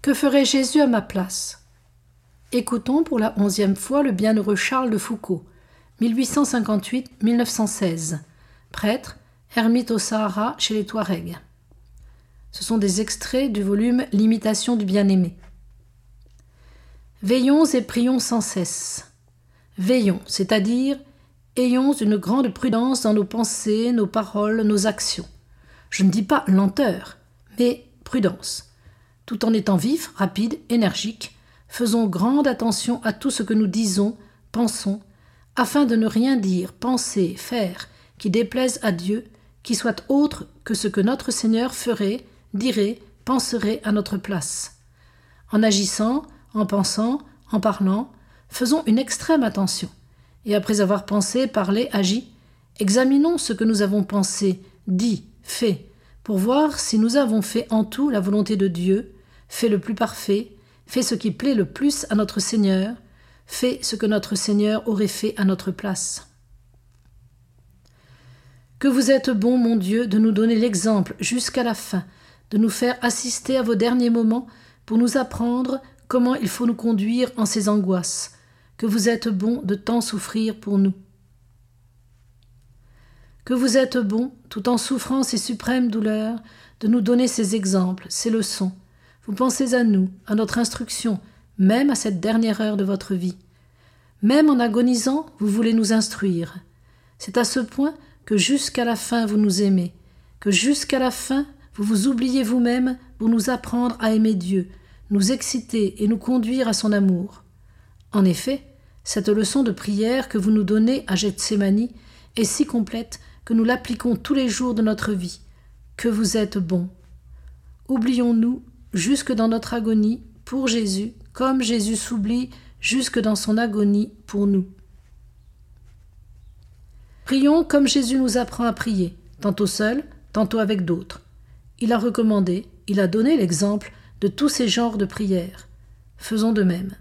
Que ferait Jésus à ma place? Écoutons pour la 11e fois le bienheureux Charles de Foucauld, 1858-1916, prêtre, ermite au Sahara chez les Touaregs. Ce sont des extraits du volume L'imitation du bien-aimé. Veillons et prions sans cesse. Veillons, c'est-à-dire ayons une grande prudence dans nos pensées, nos paroles, nos actions. Je ne dis pas lenteur, mais prudence. Tout en étant vifs, rapides, énergiques, faisons grande attention à tout ce que nous disons, pensons, afin de ne rien dire, penser, faire, qui déplaise à Dieu, qui soit autre que ce que notre Seigneur ferait, dirait, penserait à notre place. En agissant, en pensant, en parlant, faisons une extrême attention. Et après avoir pensé, parlé, agi, examinons ce que nous avons pensé, dit, fait, pour voir si nous avons fait en tout la volonté de Dieu, fait le plus parfait, fait ce qui plaît le plus à notre Seigneur, fait ce que notre Seigneur aurait fait à notre place. Que vous êtes bon, mon Dieu, de nous donner l'exemple jusqu'à la fin, de nous faire assister à vos derniers moments pour nous apprendre comment il faut nous conduire en ces angoisses, que vous êtes bon de tant souffrir pour nous. Que vous êtes bon, tout en souffrant ces suprêmes douleurs, de nous donner ces exemples, ces leçons. Vous pensez à nous, à notre instruction, même à cette dernière heure de votre vie. Même en agonisant, vous voulez nous instruire. C'est à ce point que jusqu'à la fin vous nous aimez, que jusqu'à la fin vous vous oubliez vous-même pour nous apprendre à aimer Dieu, nous exciter et nous conduire à son amour. En effet, cette leçon de prière que vous nous donnez à Gethsémani est si complète que nous l'appliquons tous les jours de notre vie. Que vous êtes bon. Oublions-nous jusque dans notre agonie pour Jésus, comme Jésus s'oublie jusque dans son agonie pour nous. Prions comme Jésus nous apprend à prier, tantôt seul, tantôt avec d'autres. Il a recommandé, il a donné l'exemple de tous ces genres de prières. Faisons de même.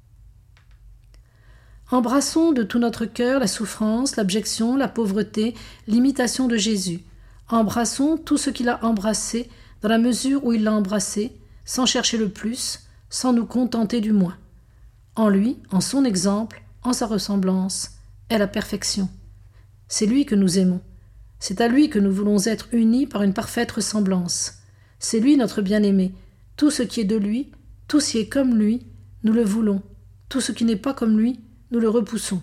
Embrassons de tout notre cœur la souffrance, l'abjection, la pauvreté, l'imitation de Jésus. Embrassons tout ce qu'il a embrassé dans la mesure où il l'a embrassé, sans chercher le plus, sans nous contenter du moins. En lui, en son exemple, en sa ressemblance, est la perfection. C'est lui que nous aimons. C'est à lui que nous voulons être unis par une parfaite ressemblance. C'est lui notre bien-aimé. Tout ce qui est de lui, tout ce qui est comme lui, nous le voulons. Tout ce qui n'est pas comme lui, nous le repoussons.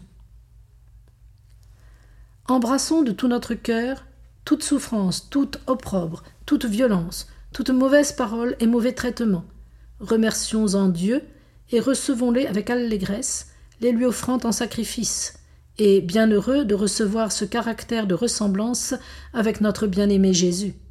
Embrassons de tout notre cœur toute souffrance, toute opprobre, toute violence, toute mauvaise parole et mauvais traitement. Remercions-en Dieu et recevons-les avec allégresse, les lui offrant en sacrifice, et bienheureux de recevoir ce caractère de ressemblance avec notre bien-aimé Jésus.